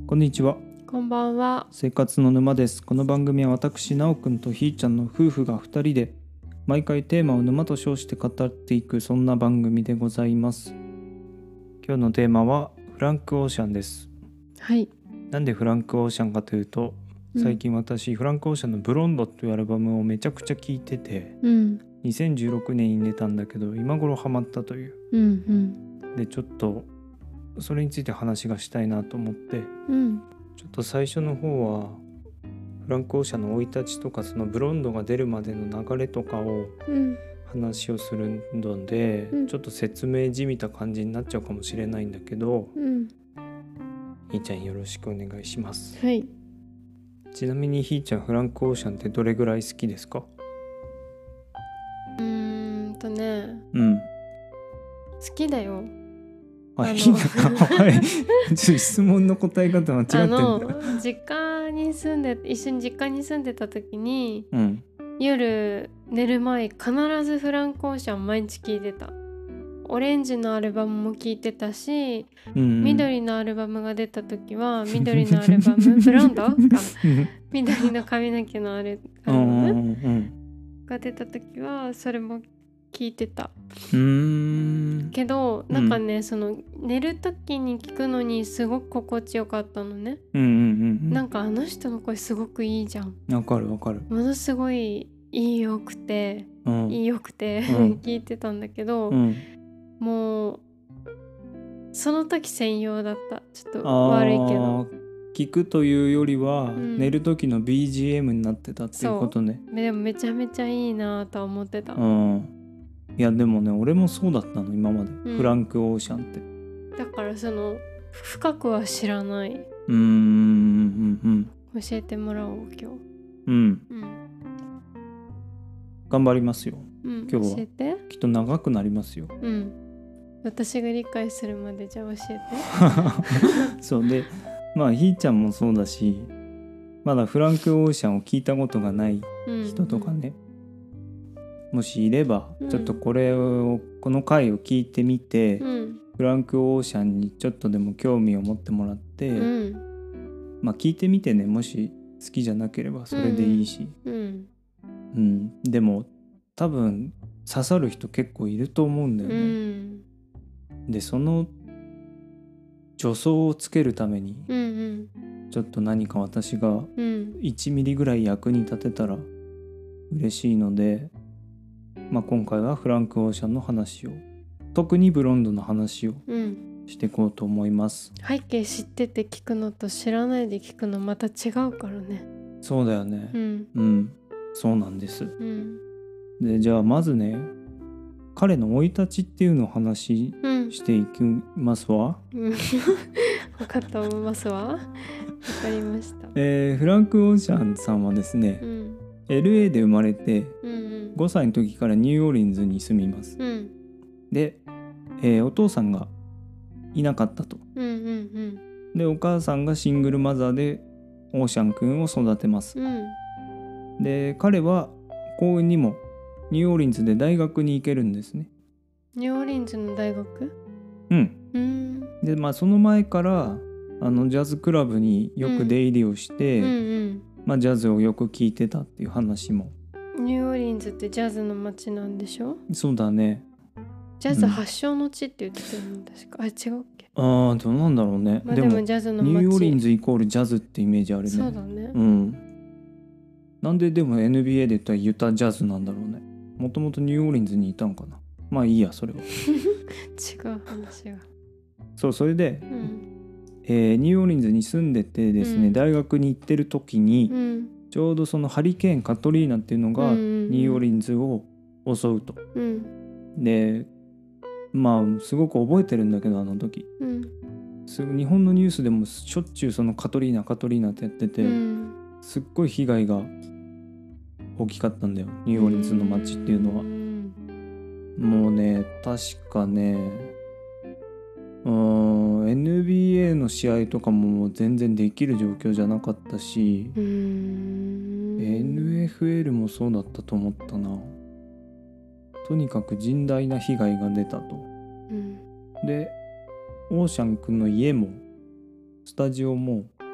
こんにちは。 こんばんは。 生活の沼です。この番組は私なおくんとひーちゃんの夫婦が2人で毎回テーマを沼と称して語っていく、そんな番組でございます。今日のテーマはフランク・オーシャンです。 はい。 なんでフランク・オーシャンかというと、最近私、フランク・オーシャンのブロンドというアルバムをめちゃくちゃ聴いてて、2016年に出たんだけど今頃ハマったという、でちょっとそれについて話がしたいなと思って、ちょっと最初の方はフランク・オーシャンの生い立ちとか、そのブロンドが出るまでの流れとかを話をするので、ちょっと説明じみた感じになっちゃうかもしれないんだけど、ひーちゃんよろしくお願いします。 はい。 ちなみにひーちゃん、フランク・オーシャンってどれぐらい好きですか？ 好きだよ。 はい、質問の答え方間違ってんだ。 一緒に実家に住んでた時に、 うん夜寝る前必ずフランク・オーシャン毎日聴いてた。オレンジのアルバムも聴いてたし、緑のアルバムが出た時は緑のアルバムブロンドか緑の髪の毛のアルバムが出た時はそれも聴いてた。けどなんかね、その寝る時に聞くのにすごく心地よかったのね。なんかあの人の声すごくいいじゃん。 わかるわかる。 ものすごいいいよくて聞いてたんだけど、もうその時専用だった。ちょっと悪いけど、 聞くというよりは、寝る時の BGM になってたっていうことね。 でもめちゃめちゃいいなと思ってた。 いやでもね、俺もそうだったの今まで、フランク・オーシャンって。 だからその深くは知らない。教えてもらおう今日。 頑張りますよ。今日は教えて。 きっと長くなりますよ。 私が理解するまでじゃあ教えて。そうで、まあひーちゃんもそうだし、まだフランク・オーシャンを聞いたことがない人とかね、もしいれば、ちょっとこの回を聞いてみて、フランク・オーシャンにちょっとでも興味を持ってもらって、まあ聞いてみてね。もし好きじゃなければそれでいいし、でも多分刺さる人結構いると思うんだよね。でその助走をつけるために、ちょっと何か私が1ミリぐらい役に立てたら嬉しいので、まあ、今回はフランク・オーシャンの話を、特にブロンドの話をしていこうと思います。 背景知ってて聞くのと知らないで聞くのまた違うからね。 そうだよね。そうなんです。でじゃあまずね、彼の生い立ちっていうのを話していきますわ。 分かった思いますわ。分かりました。 フランク・オーシャンさんはですね、LA で生まれて、5歳の時からニューオーリンズに住みます。で、お父さんがいなかったと。でお母さんがシングルマザーでオーシャン君を育てます。で彼は幸運にもニューオーリンズで大学に行けるんですね。 ニューオーリンズの大学？ でまあその前からジャズクラブによく出入りをして、まあ、ジャズをよく聴いてたっていう話も。 ニューオーリンズってジャズの街なんでしょ？ そうだね。 ジャズ発祥の地って言ってたの確か。違うっけ？ どうなんだろうね。 でもジャズの街。 ニューオーリンズイコールジャズってイメージあるね。 そうだね。 なんででも NBA で言ったらユタジャズなんだろうね。もともとニューオーリンズにいたんかな。まあいいやそれは。 違う話が。 それで、ニューオーリンズに住んでてですね、大学に行ってる時に、ちょうどそのハリケーンカトリーナっていうのがニューオーリンズを襲うと。でまあすごく覚えてるんだけど、あの時、日本のニュースでもしょっちゅうそのカトリーナってやってて、すっごい被害が大きかったんだよ、ニューオーリンズの街っていうのは。もうね、確かね、NBA の試合とかも全然できる状況じゃなかったし、NFL もそうだったと思ったな。とにかく甚大な被害が出たと。でオーシャン君の家もスタジオも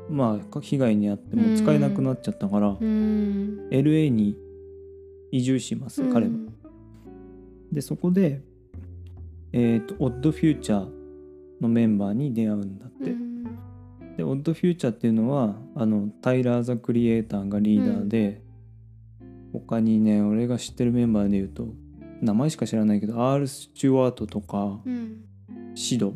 まあ被害に遭ってもう使えなくなっちゃったから、LA に移住します彼は。でそこでオッドフューチャーのメンバーに出会うんだって。でオッドフューチャーっていうのはタイラー・ザ・クリエイターがリーダーで、他にね俺が知ってるメンバーで言うと名前しか知らないけど R スチュワートとか、シド、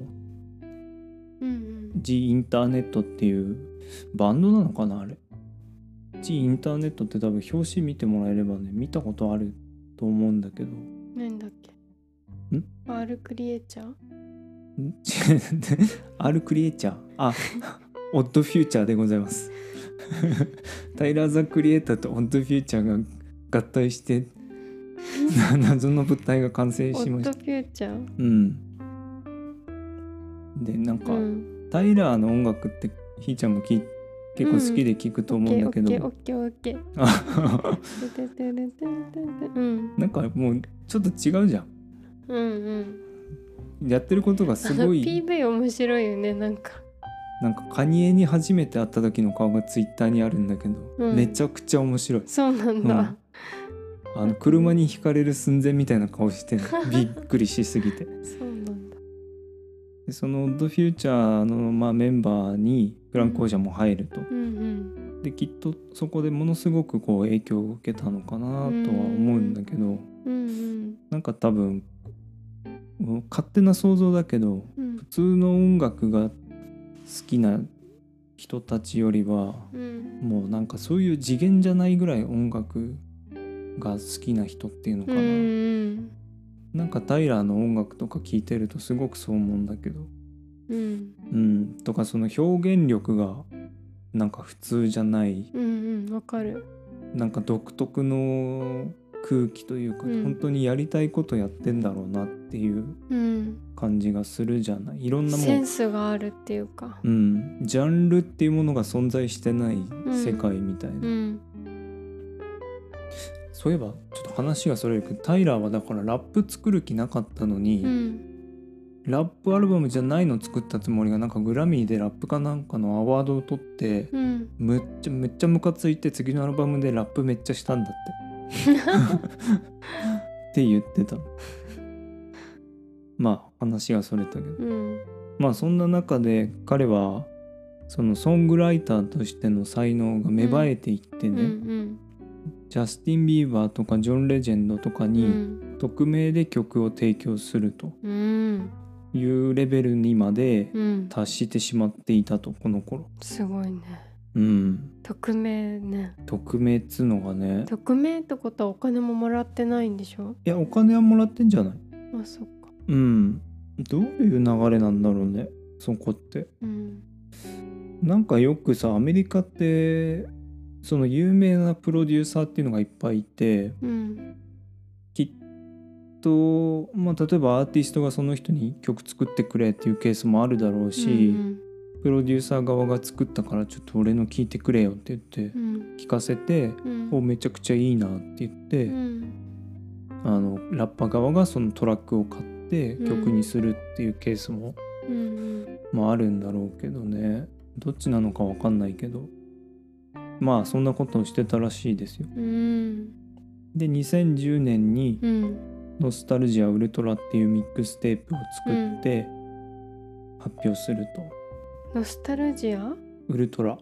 ジ・インターネットっていうバンドなのかなあれ。ジ・インターネットって多分表紙見てもらえればね見たことあると思うんだけど。 なんだっけ？R クリエイチャー ？R クリエイチャー？オッドフューチャーでございます。タイラー・ザ・クリエイターとオッドフューチャーが合体して謎の物体が完成しました。 オッドフューチャー？ うん。でなんか、タイラーの音楽ってひーちゃんも結構好きで聞くと思うんだけど、 オッケーなんかもうちょっと違うじゃん。やってることがすごい PV 面白いよね。なんかカニエに初めて会った時の顔がツイッターにあるんだけど、めちゃくちゃ面白い。 そうなんだ、 車にひかれる寸前みたいな顔してびっくりしすぎてそうなんだ。 でそのオッドフューチャーの、メンバーにフランク・オーシャンも入ると、できっとそこでものすごくこう影響を受けたのかなとは思うんだけど、なんか多分勝手な想像だけど、普通の音楽が好きな人たちよりは、もうなんかそういう次元じゃないぐらい音楽が好きな人っていうのかな、なんかタイラーの音楽とか聴いてるとすごくそう思うんだけど、とかその表現力がなんか普通じゃない、 わかる。 なんか独特の空気というか、本当にやりたいことやってんだろうなっていう感じがするじゃない。いろんなもんセンスがあるっていうか、 ジャンルっていうものが存在してない世界みたいな、そういえばちょっと話がそれるけど、タイラーはだからラップ作る気なかったのに、ラップアルバムじゃないの作ったつもりがなんかグラミーでラップかなんかのアワードを取って、めっちゃムカついて次のアルバムでラップめっちゃしたんだってって言ってた。まあ話がそれたけど、まあそんな中で彼はそのソングライターとしての才能が芽生えていってね、ジャスティン・ビーバーとかジョン・レジェンドとかに匿名で曲を提供するというレベルにまで達してしまっていたと、この頃。 すごいね。匿名ね。 匿名っつうのがね。 匿名ってことはお金ももらってないんでしょ？ いやお金はもらってんじゃない？ あ、そっか。 どういう流れなんだろうねそこって。なんかよくさアメリカってその有名なプロデューサーっていうのがいっぱいいて、きっと、例えばアーティストがその人に曲作ってくれっていうケースもあるだろうし、プロデューサー側が作ったからちょっと俺の聴いてくれよって言って聴かせて、めちゃくちゃいいなって言って、ラッパー側がそのトラックを買って曲にするっていうケースも、あるんだろうけどね。どっちなのか分かんないけど、そんなことをしてたらしいですよ。で2010年にノスタルジアウルトラっていうミックステープを作って発表すると。 ノスタルジアウルトラ。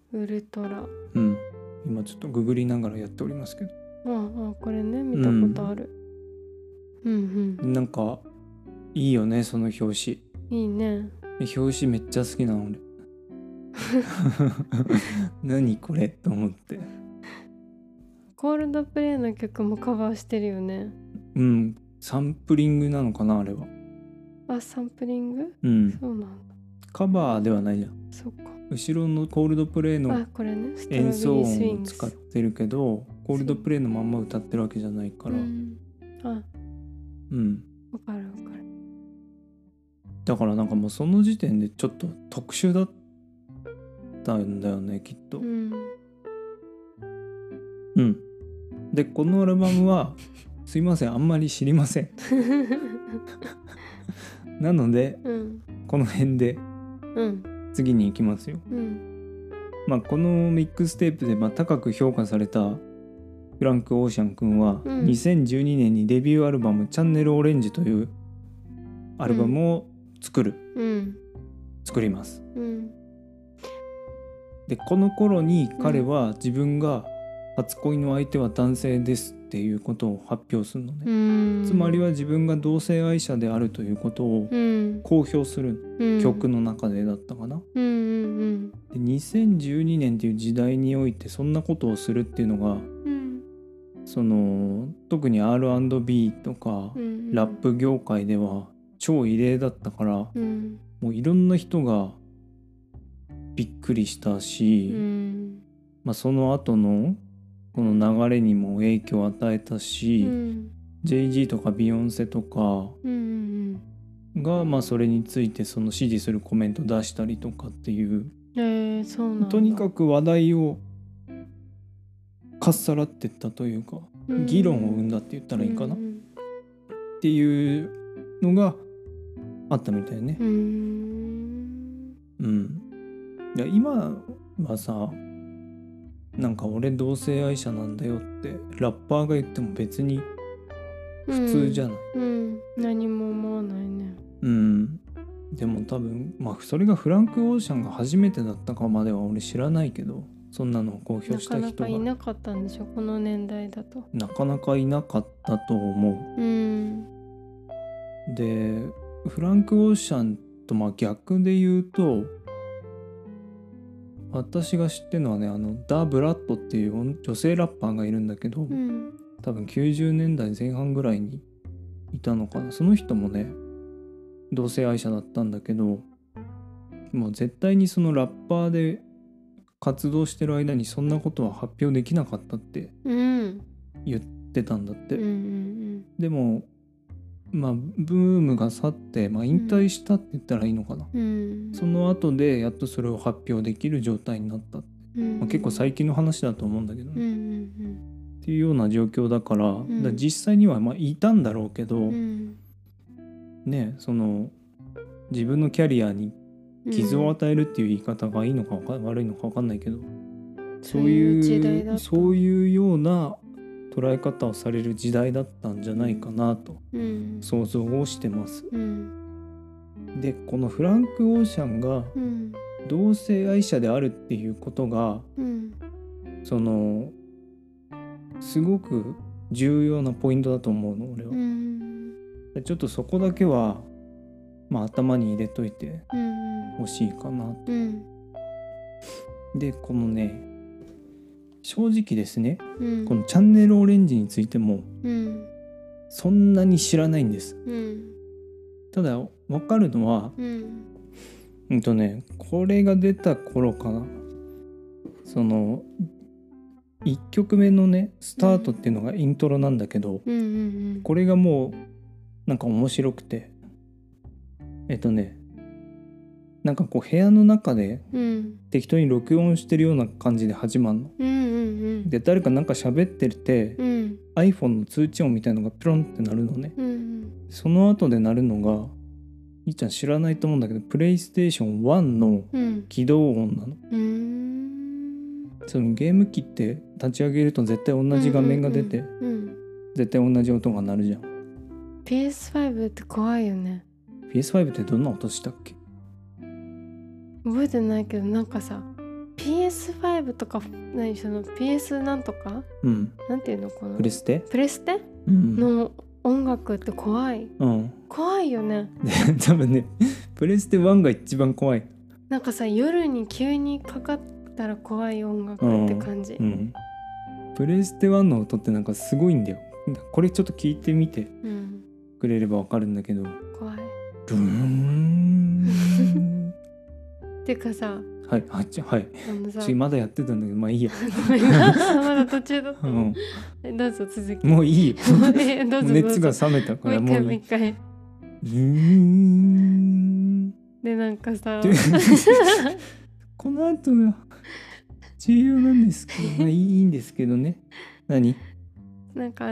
今ちょっとググりながらやっておりますけど。 これね見たことある。 なんかいいよねその表紙。 いいね。 表紙めっちゃ好きなの俺。何これと思って。 コールドプレイの曲もカバーしてるよね。 サンプリングなのかなあれは。 サンプリング？そうなんだ。 カバーではないじゃん。 そっか。 後ろのコールドプレイの演奏音を使ってるけど、コールドプレイのまんま歌ってるわけじゃないから。わかる。だからなんかもうその時点でちょっと特殊だったんだよねきっと。でこのアルバムはすいませんあんまり知りません。なので、この辺で次に行きますよ。 このミックステープで高く評価されたフランク・オーシャン君は、2012年にデビューアルバム「チャンネル・オレンジ」というアルバムを作ります。でこの頃に彼は自分が初恋の相手は男性ですっていうことを発表するのね。つまりは自分が同性愛者であるということを公表する、曲の中でだったかな。で2012年っていう時代においてそんなことをするっていうのが、その特に R&B とか、ラップ業界では超異例だったから、もういろんな人がびっくりしたし、その後のこの流れにも影響を与えたし、Jay-Z とかビヨンセとかが、それについてその支持するコメント出したりとかっていう、 そうなんだ。 とにかく話題をかっさらってったというか、議論を生んだって言ったらいいかな、っていうのがあったみたいね。いや今はさ、なんか俺同性愛者なんだよってラッパーが言っても別に普通じゃない。 何も思わないね。 でも多分それがフランク・オーシャンが初めてだったかまでは俺知らないけど、そんなのを公表した人がなかなかいなかったんでしょ、この年代だと。 なかなかいなかったと思う。でフランク・オーシャンと逆で言うと、私が知ってるのはね、ダ・ブラッドっていう女性ラッパーがいるんだけど、多分90年代前半ぐらいにいたのかな。その人もね同性愛者だったんだけど、もう絶対にそのラッパーで活動してる間にそんなことは発表できなかったって言ってたんだって。でもブームが去って、引退したって言ったらいいのかな、その後でやっとそれを発表できる状態になった、結構最近の話だと思うんだけどね、っていうような状況だから、実際にはいたんだろうけど、ね、その自分のキャリアに傷を与えるっていう言い方がいいのか悪いのか分かんないけど、そういうような捉え方をされる時代だったんじゃないかなと想像をしてます。でこのフランク・オーシャンが同性愛者であるっていうことが、そのすごく重要なポイントだと思うの俺は。ちょっとそこだけは頭に入れといてほしいかなと。でこのね、正直ですね、このチャンネルオレンジについても、そんなに知らないんです。ただ分かるのは、これが出た頃かな、その1曲目のねスタートっていうのがイントロなんだけど、これがもうなんか面白くて、なんかこう部屋の中で適当に録音してるような感じで始まるの、で誰かなんか喋ってて、iPhone の通知音みたいのがピロンって鳴るのね、その後で鳴るのが、いいちゃん知らないと思うんだけど、プレイステーション1の起動音なの、そのゲーム機って立ち上げると絶対同じ画面が出て、絶対同じ音が鳴るじゃん。 PS5 って怖いよね。 PS5 ってどんな音したっけ？ 覚えてないけど、なんかさ PS5 とか何、その PS なんとか、なんていうのかな、 プレステの音楽って怖い、怖いよね。 多分ねプレステ1が一番怖い。 なんかさ、夜に急にかかったら怖い音楽って感じ、 プレステ1の音ってなんかすごいんだよ。これちょっと聞いてみてくれればわかるんだけど、 怖い。 ブーンてかさ、 はいまだやってたんだけど、いいやまだ途中だった、どうぞ続き。 もういいよどうぞ熱が冷めたからもういい。 でなんかさこの後が重要なんですけど、いいんですけどね。何？ なんか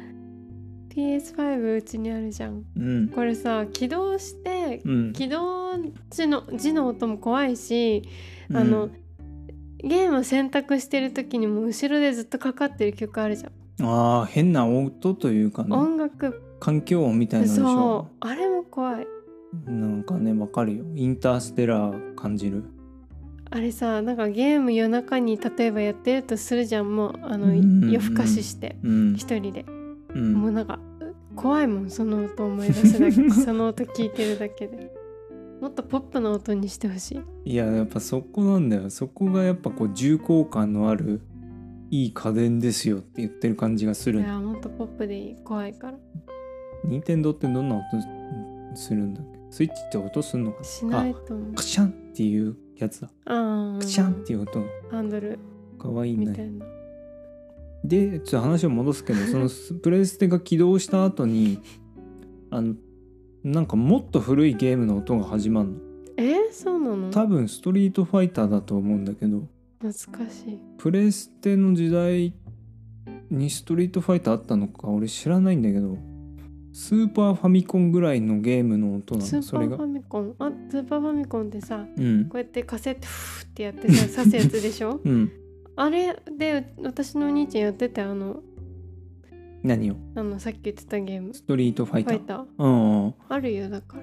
PS5 うちにあるじゃん、これさ起動して、起動時の音も怖いし、 ゲームを選択してる時にも後ろでずっとかかってる曲あるじゃん。 ああ、変な音というかね、 音楽、 環境音みたいなのでしょ。 そうあれも怖い。 なんかね、わかるよ。インターステラー感じる。 あれさ、なんかゲーム夜中に例えばやってるとするじゃん。もう夜更かしして一人で、もうなんか怖いもん、その音思い出すだけその音聞いてるだけで。もっとポップな音にしてほしい。 いや、やっぱそこなんだよ。そこがやっぱこう重厚感のあるいい家電ですよって言ってる感じがする。 いや、もっとポップでいい。怖いから。 任天堂ってどんな音するんだっけ？スイッチって音すんのかな？ しないと思う。 カシャンっていうやつだ。カシャンっていう音。 ハンドルかわいいね。 みたいな。 で、ちょっと話を戻すけど、そのプレステが起動した後になんかもっと古いゲームの音が始まるの。 そうなの？ 多分ストリートファイターだと思うんだけど、 懐かしい。 プレステの時代にストリートファイターあったのか俺知らないんだけど、スーパーファミコンぐらいのゲームの音なの。 スーパーファミコン、スーパーファミコンってさ、こうやってカセットフーってやってさ刺すやつでしょ？あれで私のお兄ちゃんやってた。 何を？ さっき言ってたゲーム、 ストリートファイター。 あるよ。だから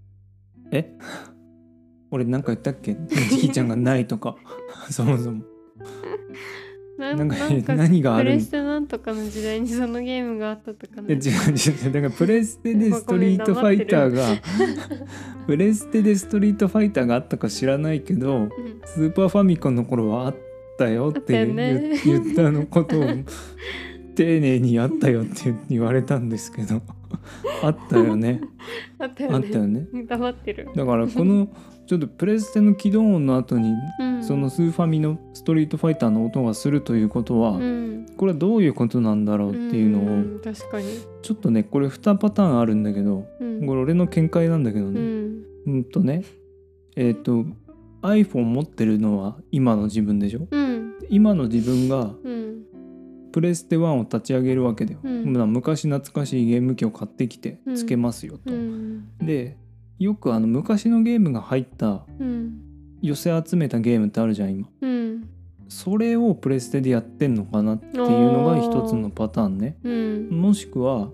俺なんか言ったっけ？ひーちゃんがないとかそもそもなんか何がある？ プレステなんとかの時代にそのゲームがあったとかね。 違うだからプレステでストリートファイターがプレステでストリートファイターがあったか知らないけど、スーパーファミコンの頃はあったよって言ったのことを丁寧にあったよって言われたんですけどあったよね。 あったよね。黙ってる。 だからこのちょっとプレステの起動音の後に、そのスーファミのストリートファイターの音がするということは、これはどういうことなんだろうっていうのを、 確かにちょっとね、これ2パターンあるんだけど、これ俺の見解なんだけどね、iPhone 持ってるのは今の自分でしょ、今の自分がプレステ1を立ち上げるわけだよ、昔懐かしいゲーム機を買ってきてつけますよと、でよく昔のゲームが入った寄せ集めたゲームってあるじゃん今、それをプレステでやってんのかなっていうのが一つのパターンね、もしくは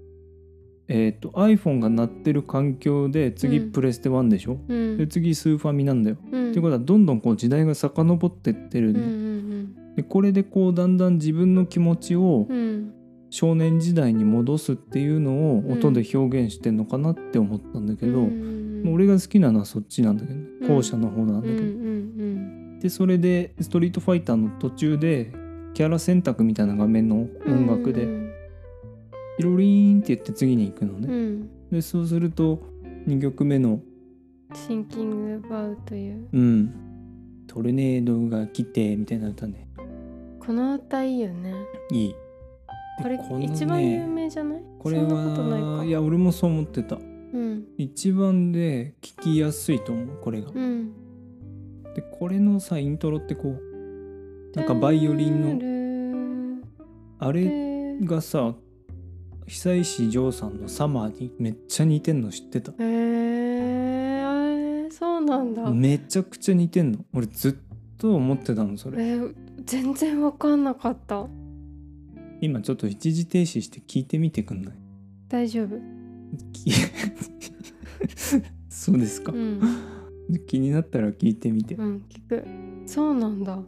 iPhone が鳴ってる環境で次プレステ1でしょ、で次スーファミなんだよ、っていうことはどんどんこう時代が遡ってってる、でこれでこうだんだん自分の気持ちを少年時代に戻すっていうのを音で表現してんのかなって思ったんだけど、俺が好きなのはそっちなんだけど、後者の方なんだけど、でそれでストリートファイターの途中でキャラ選択みたいな画面の音楽でピロリーンって言って次に行くのね、でそうすると2曲目のシンキングバウというトルネードが来てみたいな歌ね。 この歌いいよね。 いい。 これ一番有名じゃない？ これはそんなことないか。いや俺もそう思ってた、一番で聴きやすいと思うこれが、でこれのさイントロってこうなんかバイオリンのあれがさ久石譲さんのサマーにめっちゃ似てんの知ってた？ そうなんだ。 めちゃくちゃ似てんの。俺ずっと思ってたのそれ。 全然分かんなかった。 今ちょっと一時停止して聞いてみてくんない？ 大丈夫そうですか、気になったら聞いてみて。 聞く。そうなんだ。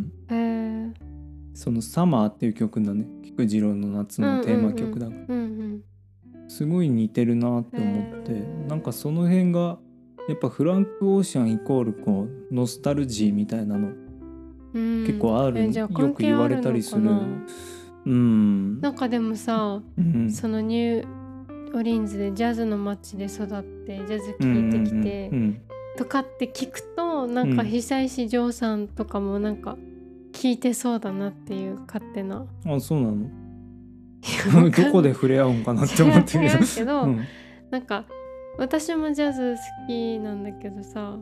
そのサマーっていう曲だね、菊次郎の夏のテーマ曲だから、すごい似てるなって思って、なんかその辺がやっぱフランク・オーシャンイコールこうノスタルジーみたいなの結構ある、よく言われたりする。なんかでもさ、そのニューオリンズでジャズの街で育ってジャズ聴いてきて、とかって聞くとなんか久石譲さんとかもなんか聞いてそうだなっていう勝手な。 あ、そうなのどこで触れ合うんかなって思ってるけど、なんか私もジャズ好きなんだけどさ、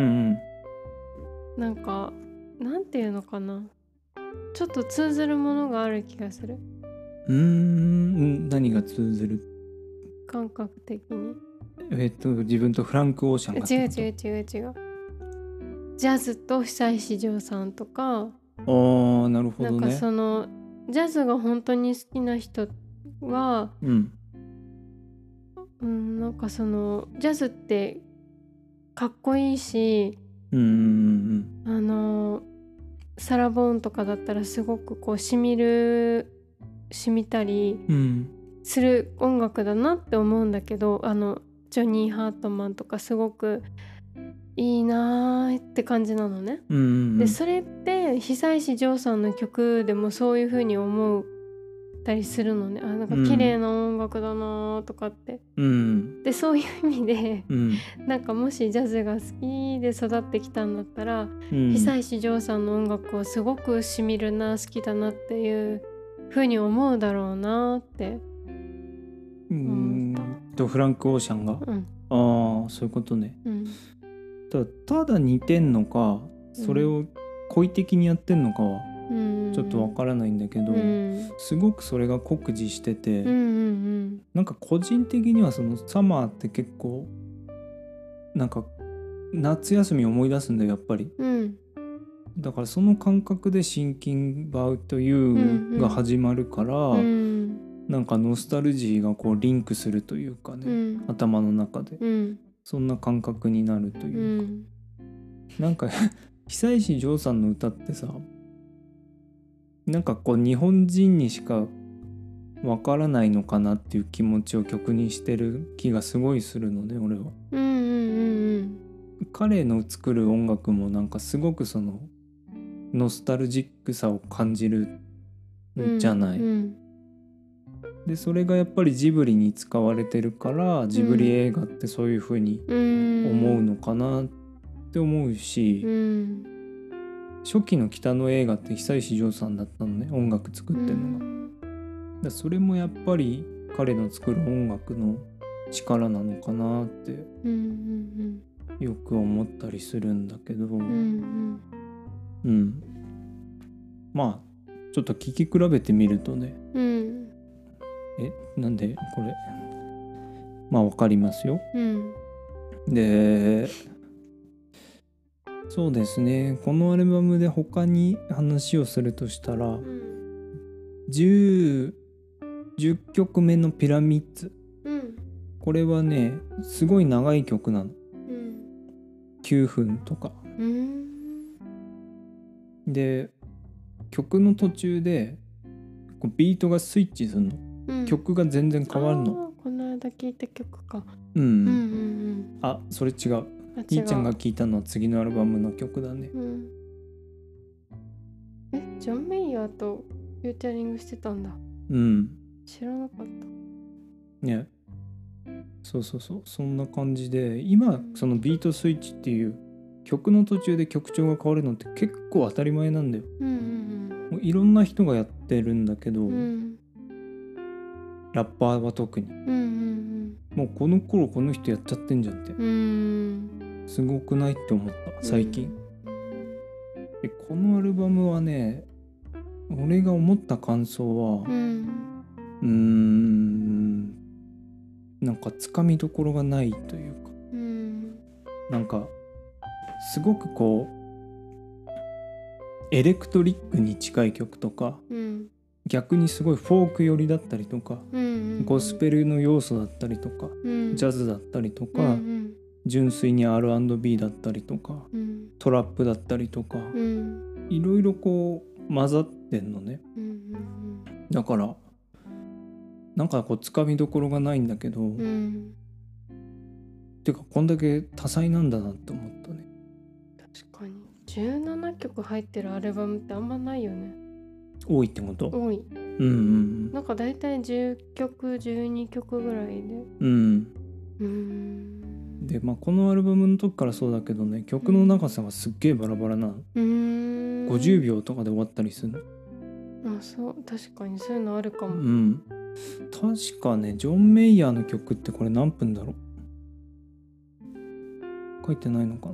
なんかなんていうのかな、ちょっと通ずるものがある気がする。 何が通ずる？ 感覚的に。 自分とフランク・オーシャンが。 違う。 ジャズと久石譲さんとか、 なるほどね。 なんかそのジャズが本当に好きな人は、なんかそのジャズってかっこいいし、サラ・ボーンとかだったらすごくこう染みたりする音楽だなって思うんだけど、ジョニー・ハートマンとかすごくいいなーって感じなのね。でそれって久石譲さんの曲でもそういう風に思ったりするのね。なんか綺麗な音楽だなとかって、でそういう意味で、なんかもしジャズが好きで育ってきたんだったら、久石譲さんの音楽をすごくしみるな、好きだなっていう風に思うだろうなって思った。 フランク・オーシャンが、そういうことね。ただ似てんのか、それを故意的にやってんのかはちょっとわからないんだけど、すごくそれが酷似してて、なんか個人的にはそのサマーって結構なんか夏休み思い出すんだよやっぱり、だからその感覚でシンキングバウトユーが始まるから、なんかノスタルジーがこうリンクするというかね、頭の中で、そんな感覚になるというか、なんか久石譲さんの歌ってさ、なんかこう日本人にしかわからないのかなっていう気持ちを曲にしてる気がすごいするので、俺は。彼の作る音楽もなんかすごくそのノスタルジックさを感じるじゃない。でそれがやっぱりジブリに使われてるから、ジブリ映画ってそういう風に思うのかなって思うし、初期の北の映画って久石譲さんだったのね、音楽作ってるのが。だそれもやっぱり彼の作る音楽の力なのかなってよく思ったりするんだけど、まあちょっと聴き比べてみるとね、なんでこれまあわかりますよ。でそうですね、このアルバムで他に話をするとしたら、10曲目のピラミッツ、これはねすごい長い曲なの、9分とか、で曲の途中でこうビートがスイッチするの、曲が全然変わるの。 この間聞いた曲か。 あ、それ違う。ひーちゃんが聴いたのは次のアルバムの曲だね。 ジョン・メイヤーとフューチャリングしてたんだ。知らなかったね。そうそんな感じで、今そのビートスイッチっていう曲の途中で曲調が変わるのって結構当たり前なんだよ。もういろんな人がやってるんだけど、ラッパーは特に、もうこの頃この人やっちゃってんじゃんって、すごくないって思った最近。でこのアルバムはね、俺が思った感想は、なんかつかみどころがないというか、なんかすごくこうエレクトリックに近い曲とか、逆にすごいフォーク寄りだったりとか、ゴスペルの要素だったりとか、ジャズだったりとか、純粋に R&B だったりとか、トラップだったりとか、いろいろこう混ざってんのね。だからなんかこうつかみどころがないんだけど、てかこんだけ多彩なんだなって思ったね。 確かに17曲入ってるアルバムってあんまないよね。 多いってこと？ 多い。なんかだいたい10曲12曲ぐらいで。 でまあこのアルバムの時からそうだけどね、曲の長さがすっげえバラバラなの。50秒とかで終わったりするの。 そう、確かにそういうのあるかも。 確かね、ジョン・メイヤーの曲ってこれ何分だろう、書いてないのかな。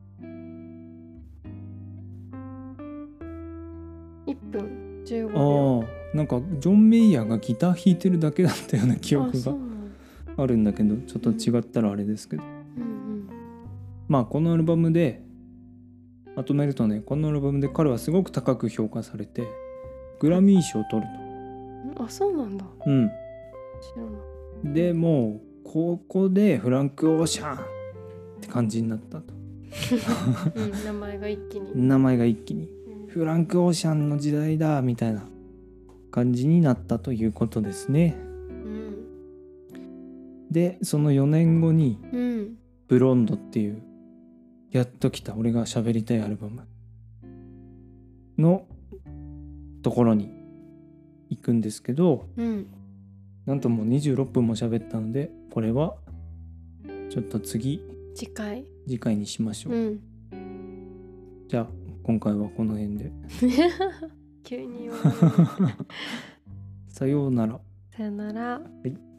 1分15秒。 なんかジョン・メイヤーがギター弾いてるだけだったような記憶があるんだけど、ちょっと違ったらあれですけど、まあこのアルバムでまとめるとね、このアルバムで彼はすごく高く評価されてグラミー賞を取ると。あ、そうなんだ。 うん。 知らない。 でもうここでフランク・オーシャンって感じになったと、 うん、名前が一気に、 フランク・オーシャンの時代だみたいな感じになったということですね。でその4年後にブロンドっていうやっと来た俺が喋りたいアルバムのところに行くんですけど、なんともう26分も喋ったので、これはちょっと次回にしましょう。じゃあ今回はこの辺で急にさようなら。 さよなら。 はい。